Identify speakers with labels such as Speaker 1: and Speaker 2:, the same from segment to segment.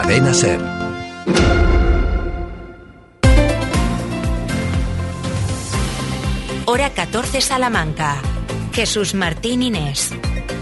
Speaker 1: Cadena SER.
Speaker 2: Hora 14 Salamanca. Jesús Martín Inés.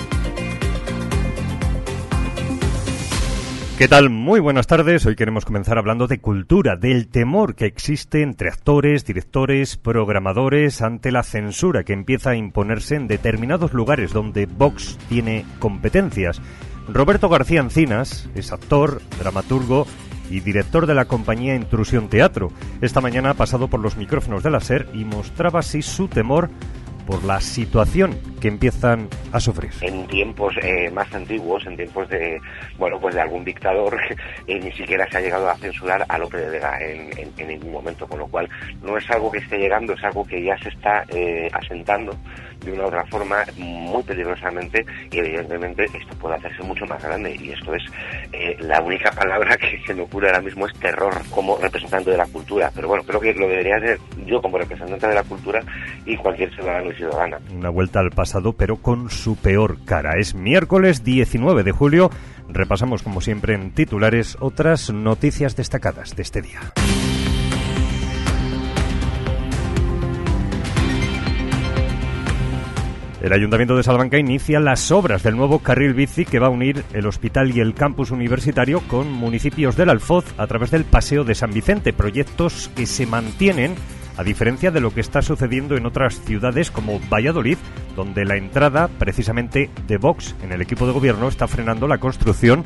Speaker 3: ¿Qué tal? Muy buenas tardes. Hoy queremos comenzar hablando de cultura, del temor que existe entre actores, directores, programadores ante la censura que empieza a imponerse en determinados lugares donde Vox tiene competencias. Roberto García Encinas es actor, dramaturgo y director de la compañía Intrusión Teatro. Esta mañana ha pasado por los micrófonos de la SER y mostraba así su temor por la situación que empiezan a sufrir.
Speaker 4: En tiempos más antiguos, en tiempos de de algún dictador, ni siquiera se ha llegado a censurar a Lope de Vega en ningún momento, con lo cual no es algo que esté llegando, es algo que ya se está asentando de una u otra forma muy peligrosamente, y evidentemente esto puede hacerse mucho más grande, y esto es la única palabra que se me ocurre ahora mismo es terror como representante de la cultura. Pero bueno, creo que lo debería hacer yo como representante de la cultura y cualquier ciudadano y ciudadana.
Speaker 3: Una vuelta al pasado, pero con su peor cara. Es miércoles 19 de julio. Repasamos, como siempre, en titulares otras noticias destacadas de este día. El Ayuntamiento de Salamanca inicia las obras del nuevo carril bici que va a unir el hospital y el campus universitario con municipios del Alfoz a través del Paseo de San Vicente, proyectos que se mantienen a diferencia de lo que está sucediendo en otras ciudades como Valladolid, donde la entrada precisamente de Vox en el equipo de gobierno está frenando la construcción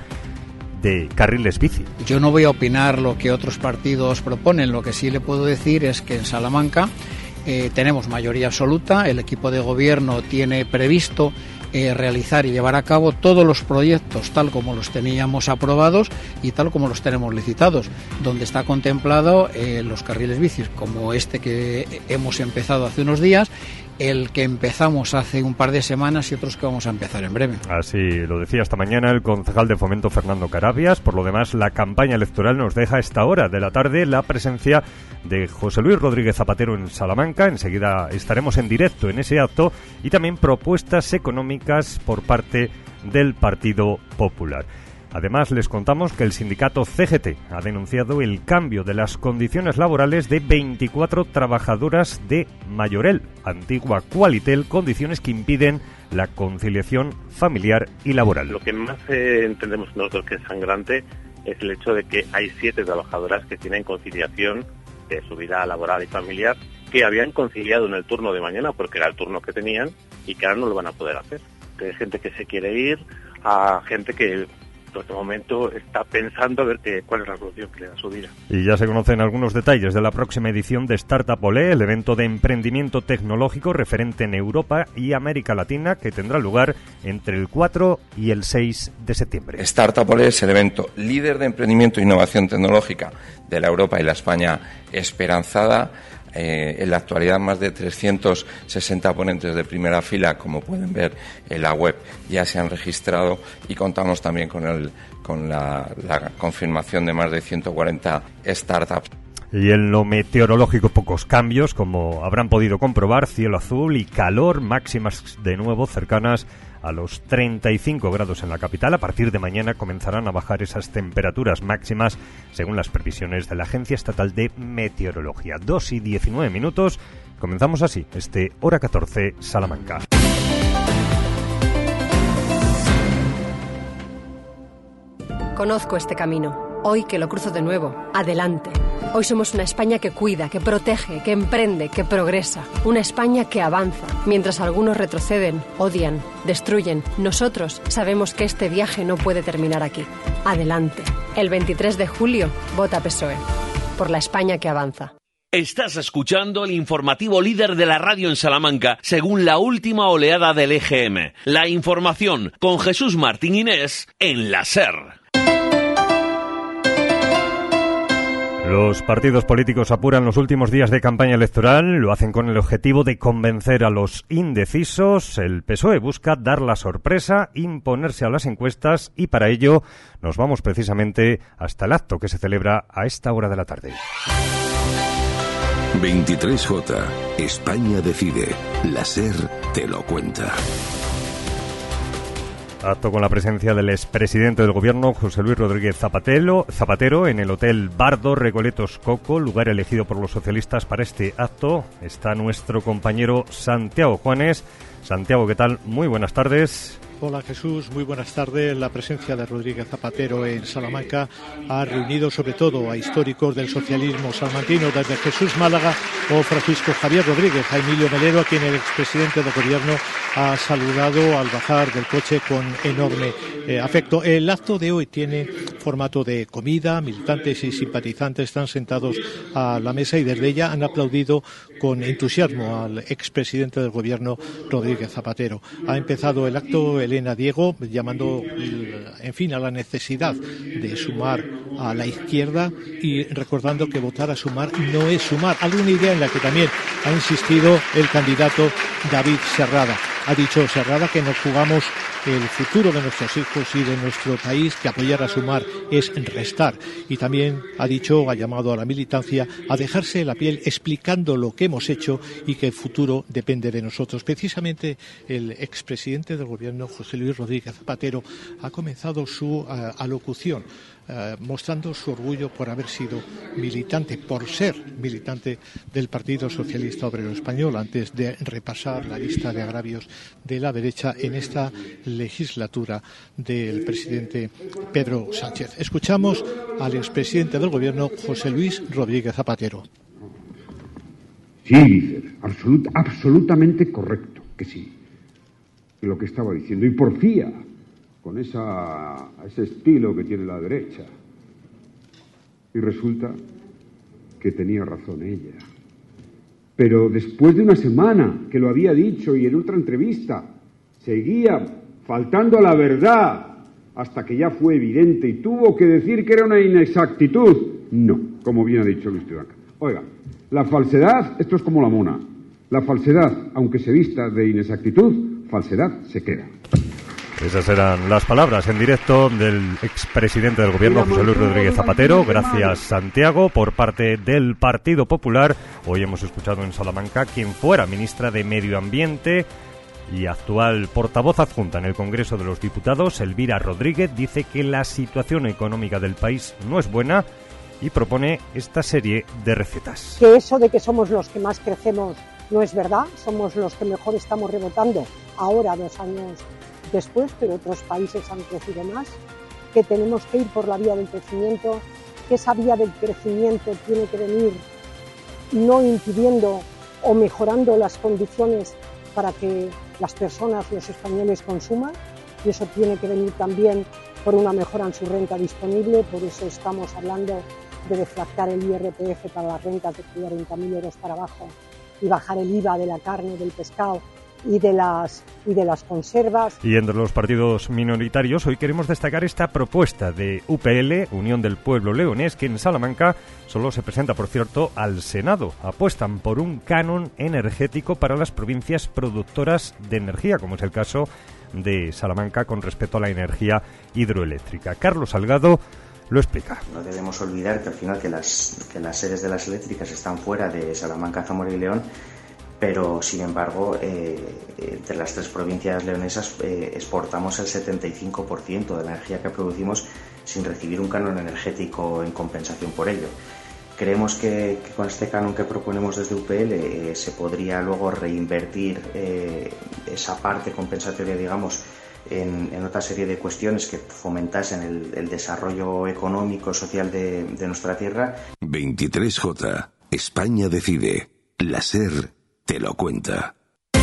Speaker 3: de carriles bici.
Speaker 5: Yo no voy a opinar lo que otros partidos proponen, lo que sí le puedo decir es que en Salamanca tenemos mayoría absoluta, el equipo de gobierno tiene previsto realizar y llevar a cabo todos los proyectos tal como los teníamos aprobados y tal como los tenemos licitados, donde está contemplado los carriles bicis como este que hemos empezado hace unos días, el que empezamos hace un par de semanas y otros que vamos a empezar en breve.
Speaker 3: Así lo decía esta mañana el concejal de Fomento Fernando Carabias. Por lo demás, la campaña electoral nos deja a esta hora de la tarde la presencia de José Luis Rodríguez Zapatero en Salamanca. Enseguida estaremos en directo en ese acto, y también propuestas económicas por parte del Partido Popular. Además, les contamos que el sindicato CGT ha denunciado el cambio de las condiciones laborales de 24 trabajadoras de Mayorel, antigua Qualitel, condiciones que impiden la conciliación familiar y laboral.
Speaker 6: Lo que más entendemos nosotros que es sangrante es el hecho de que hay 7 trabajadoras que tienen conciliación de su vida laboral y familiar, que habían conciliado en el turno de mañana porque era el turno que tenían y que ahora no lo van a poder hacer. Que hay gente que se quiere ir, a gente que en este momento está pensando a ver cuál es la solución que le da a su vida.
Speaker 3: Y ya se conocen algunos detalles de la próxima edición de Startup Olé, el evento de emprendimiento tecnológico referente en Europa y América Latina, que tendrá lugar entre el 4 y el 6 de septiembre.
Speaker 7: Startup Olé es el evento líder de emprendimiento e innovación tecnológica de la Europa y la España esperanzada. En la actualidad más de 360 ponentes de primera fila, como pueden ver en la web, ya se han registrado, y contamos también con la confirmación de más de 140 startups.
Speaker 3: Y en lo meteorológico pocos cambios, como habrán podido comprobar: cielo azul y calor, máximas de nuevo cercanas a los 35 grados en la capital. A partir de mañana comenzarán a bajar esas temperaturas máximas según las previsiones de la Agencia Estatal de Meteorología. 2:19. Comenzamos así Hora 14 Salamanca.
Speaker 8: Conozco este camino. Hoy que lo cruzo de nuevo, adelante. Hoy somos una España que cuida, que protege, que emprende, que progresa. Una España que avanza. Mientras algunos retroceden, odian, destruyen, nosotros sabemos que este viaje no puede terminar aquí. Adelante. El 23 de julio, vota PSOE. Por la España que avanza.
Speaker 9: Estás escuchando el informativo líder de la radio en Salamanca, según la última oleada del EGM. La información con Jesús Martín Inés en la SER.
Speaker 3: Los partidos políticos apuran los últimos días de campaña electoral, lo hacen con el objetivo de convencer a los indecisos. El PSOE busca dar la sorpresa, imponerse a las encuestas, y para ello nos vamos precisamente hasta el acto que se celebra a esta hora de la tarde.
Speaker 1: 23J. España decide. La SER te lo cuenta.
Speaker 3: Acto con la presencia del expresidente del Gobierno, José Luis Rodríguez Zapatero, en el Hotel Bardo Recoletos Coco, lugar elegido por los socialistas para este acto. Está nuestro compañero Santiago Juanes. Santiago, ¿qué tal? Muy buenas tardes.
Speaker 1: Hola Jesús, muy buenas tardes. La presencia de Rodríguez Zapatero en Salamanca ha reunido sobre todo a históricos del socialismo salmantino, desde Jesús Málaga o Francisco Javier Rodríguez, a Emilio Melero, a quien el expresidente del Gobierno ha saludado al bajar del coche con enorme afecto. El acto de hoy tiene formato de comida, militantes y simpatizantes están sentados a la mesa y desde ella han aplaudido con entusiasmo al expresidente del Gobierno, Rodríguez Zapatero. Ha empezado el acto Elena Diego llamando, en fin, a la necesidad de sumar a la izquierda y recordando que votar a Sumar no es sumar. Alguna idea en la que también ha insistido el candidato David Serrada. Ha dicho Serrada que nos jugamos el futuro de nuestros hijos y de nuestro país, que apoyar a Sumar es restar. Y también ha llamado a la militancia a dejarse la piel explicando lo que hemos hecho y que el futuro depende de nosotros. Precisamente el expresidente del Gobierno, José Luis Rodríguez Zapatero, ha comenzado su alocución mostrando su orgullo por haber sido militante, por ser militante del Partido Socialista Obrero Español, antes de repasar la lista de agravios de la derecha en esta legislatura del presidente Pedro Sánchez. Escuchamos al expresidente del Gobierno, José Luis Rodríguez Zapatero.
Speaker 10: Sí, líder, absolutamente correcto, que sí, lo que estaba diciendo, y porfía con ese estilo que tiene la derecha. Y resulta que tenía razón ella. Pero después de una semana que lo había dicho y en otra entrevista, seguía faltando a la verdad hasta que ya fue evidente y tuvo que decir que era una inexactitud. No, como bien ha dicho Luis Tudanca. Oiga, la falsedad, esto es como la mona. La falsedad, aunque se vista de inexactitud, falsedad se queda.
Speaker 3: Esas eran las palabras en directo del expresidente del Gobierno, José Luis Rodríguez Zapatero. Gracias, Santiago. Por parte del Partido Popular, hoy hemos escuchado en Salamanca quien fuera ministra de Medio Ambiente y actual portavoz adjunta en el Congreso de los Diputados, Elvira Rodríguez, dice que la situación económica del país no es buena y propone esta serie de recetas.
Speaker 11: Que eso de que somos los que más crecemos no es verdad, somos los que mejor estamos rebotando ahora, 2 años después, pero otros países han crecido más, que tenemos que ir por la vía del crecimiento, que esa vía del crecimiento tiene que venir no impidiendo o mejorando las condiciones para que las personas, los españoles consuman, y eso tiene que venir también por una mejora en su renta disponible. Por eso estamos hablando de deflactar el IRPF para las rentas de 40.000 euros para abajo y bajar el IVA de la carne, del pescado y de las conservas. Y entre los partidos minoritarios hoy queremos destacar esta propuesta de UPL, Unión del Pueblo Leonés, que en Salamanca solo se presenta, por cierto, al Senado. Apuestan por un canon energético para las provincias productoras de energía, como es el caso de Salamanca con respecto a la energía hidroeléctrica. Carlos Salgado lo explica.
Speaker 12: No debemos olvidar que al final que las sedes de las eléctricas están fuera de Salamanca, Zamora y León, pero sin embargo entre las 3 provincias leonesas exportamos el 75% de la energía que producimos sin recibir un canon energético en compensación por ello. Creemos que con este canon que proponemos desde UPL se podría luego reinvertir esa parte compensatoria, digamos, en otra serie de cuestiones que fomentasen el desarrollo económico, social de nuestra tierra.
Speaker 13: 23J. España decide. La SER te lo cuenta.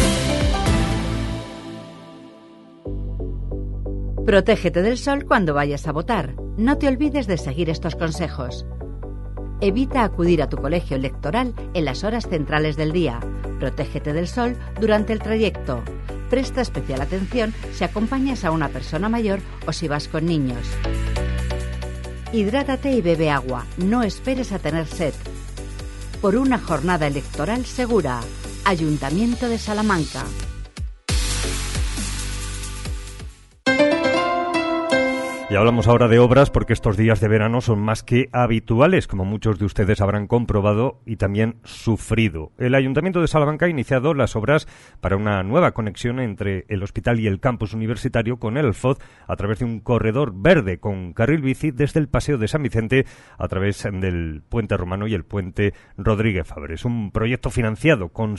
Speaker 14: Protégete del sol cuando vayas a votar. No te olvides de seguir estos consejos. Evita acudir a tu colegio electoral en las horas centrales del día. Protégete del sol durante el trayecto. Presta especial atención si acompañas a una persona mayor o si vas con niños. Hidrátate y bebe agua. No esperes a tener sed. Por una jornada electoral segura. Ayuntamiento de Salamanca.
Speaker 3: Y hablamos ahora de obras porque estos días de verano son más que habituales, como muchos de ustedes habrán comprobado y también sufrido. El Ayuntamiento de Salamanca ha iniciado las obras para una nueva conexión entre el hospital y el campus universitario con el Alfoz a través de un corredor verde con carril bici desde el Paseo de San Vicente a través del Puente Romano y el Puente Rodríguez Fabres. Un proyecto financiado con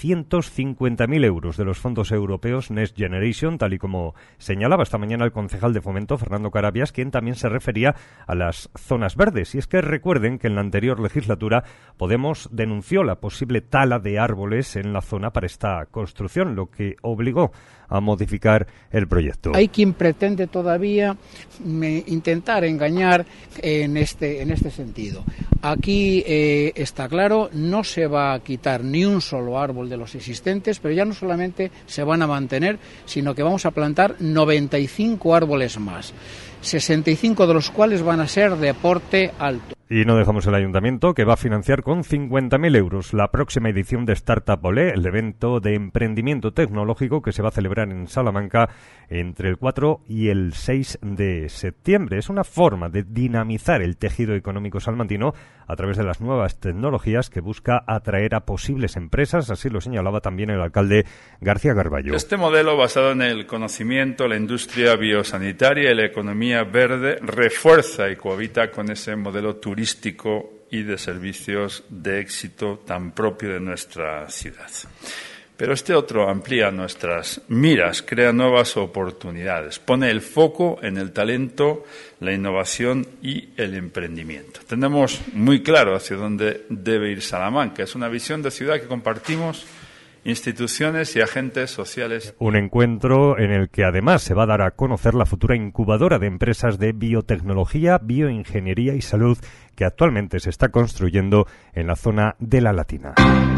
Speaker 3: 750.000 euros de los fondos europeos Next Generation, tal y como señalaba esta mañana el concejal de Fomento, Fernando Carabias, quien también se refería a las zonas verdes. Y es que recuerden que en la anterior legislatura Podemos denunció la posible tala de árboles en la zona para esta construcción, lo que obligó a modificar el proyecto.
Speaker 5: Hay quien pretende todavía intentar engañar en este sentido. Aquí está claro, no se va a quitar ni un solo árbol de los existentes, pero ya no solamente se van a mantener, sino que vamos a plantar 95 árboles más, 65 de los cuales van a ser de porte alto.
Speaker 3: Y no dejamos el ayuntamiento, que va a financiar con 50.000 euros la próxima edición de Startup Olé, el evento de emprendimiento tecnológico que se va a celebrar en Salamanca entre el 4 y el 6 de septiembre. Es una forma de dinamizar el tejido económico salmantino a través de las nuevas tecnologías que busca atraer a posibles empresas, así lo señalaba también el alcalde García Garballo.
Speaker 15: Este modelo, basado en el conocimiento, la industria biosanitaria y la economía verde, refuerza y cohabita con ese modelo turístico y de servicios de éxito tan propio de nuestra ciudad. Pero este otro amplía nuestras miras, crea nuevas oportunidades, pone el foco en el talento, la innovación y el emprendimiento. Tenemos muy claro hacia dónde debe ir Salamanca. Es una visión de ciudad que compartimos instituciones y agentes sociales.
Speaker 3: Un encuentro en el que además se va a dar a conocer la futura incubadora de empresas de biotecnología, bioingeniería y salud que actualmente se está construyendo en la zona de La Latina.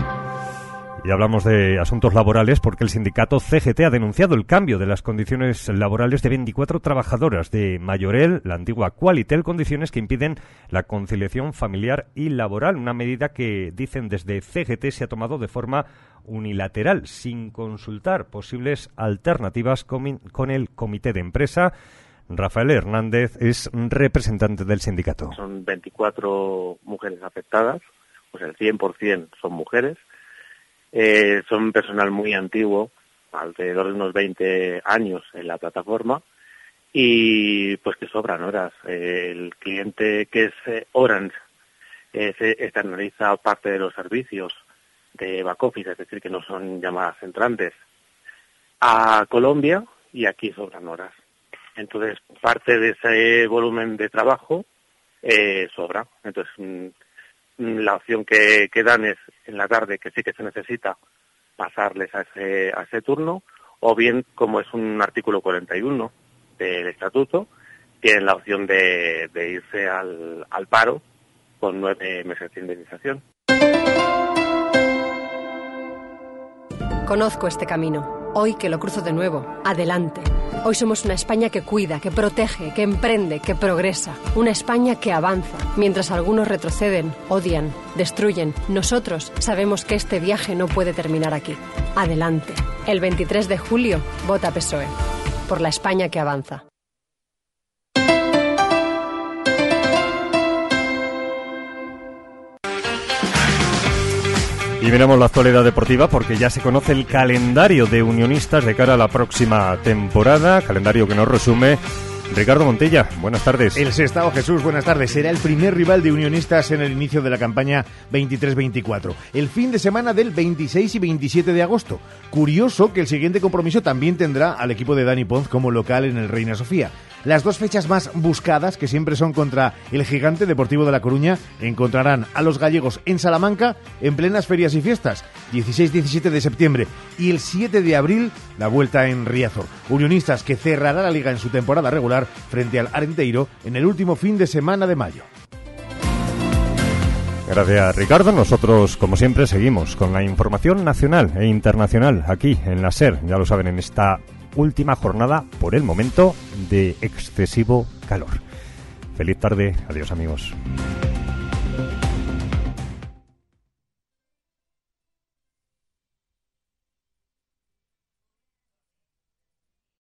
Speaker 3: Y hablamos de asuntos laborales porque el sindicato CGT ha denunciado el cambio de las condiciones laborales de 24 trabajadoras de Mayorel, la antigua Qualitel, condiciones que impiden la conciliación familiar y laboral. Una medida que, dicen desde CGT, se ha tomado de forma unilateral, sin consultar posibles alternativas con el comité de empresa. Rafael Hernández es representante del sindicato.
Speaker 6: Son 24 mujeres afectadas, pues el 100% son mujeres. Son personal muy antiguo, alrededor de unos 20 años en la plataforma, y pues que sobran horas. El cliente, que es Orange, se externaliza parte de los servicios de back office, es decir, que no son llamadas entrantes, a Colombia, y aquí sobran horas. Entonces, parte de ese volumen de trabajo sobra. Entonces, la opción que dan es en la tarde, que sí que se necesita pasarles a ese turno, o bien, como es un artículo 41 del estatuto, tienen la opción de irse al paro con 9 meses de indemnización.
Speaker 8: Conozco este camino. Hoy que lo cruzo de nuevo, adelante. Hoy somos una España que cuida, que protege, que emprende, que progresa. Una España que avanza. Mientras algunos retroceden, odian, destruyen, nosotros sabemos que este viaje no puede terminar aquí. Adelante. El 23 de julio, vota PSOE. Por la España que avanza.
Speaker 3: Y miramos la actualidad deportiva porque ya se conoce el calendario de Unionistas de cara a la próxima temporada, calendario que nos resume Ricardo Montilla. Buenas tardes.
Speaker 16: El Sestao, Jesús, buenas tardes. Será el primer rival de Unionistas en el inicio de la campaña 23-24, el fin de semana del 26 y 27 de agosto. Curioso que el siguiente compromiso también tendrá al equipo de Dani Pons como local en el Reina Sofía. Las dos fechas más buscadas, que siempre son contra el gigante Deportivo de La Coruña, encontrarán a los gallegos en Salamanca en plenas ferias y fiestas, 16-17 de septiembre, y el 7 de abril la vuelta en Riazor. Unionistas que cerrará la liga en su temporada regular frente al Arenteiro en el último fin de semana de mayo.
Speaker 3: Gracias, Ricardo. Nosotros, como siempre, seguimos con la información nacional e internacional aquí en la SER. Ya lo saben, en esta última jornada, por el momento, de excesivo calor. Feliz tarde. Adiós, amigos.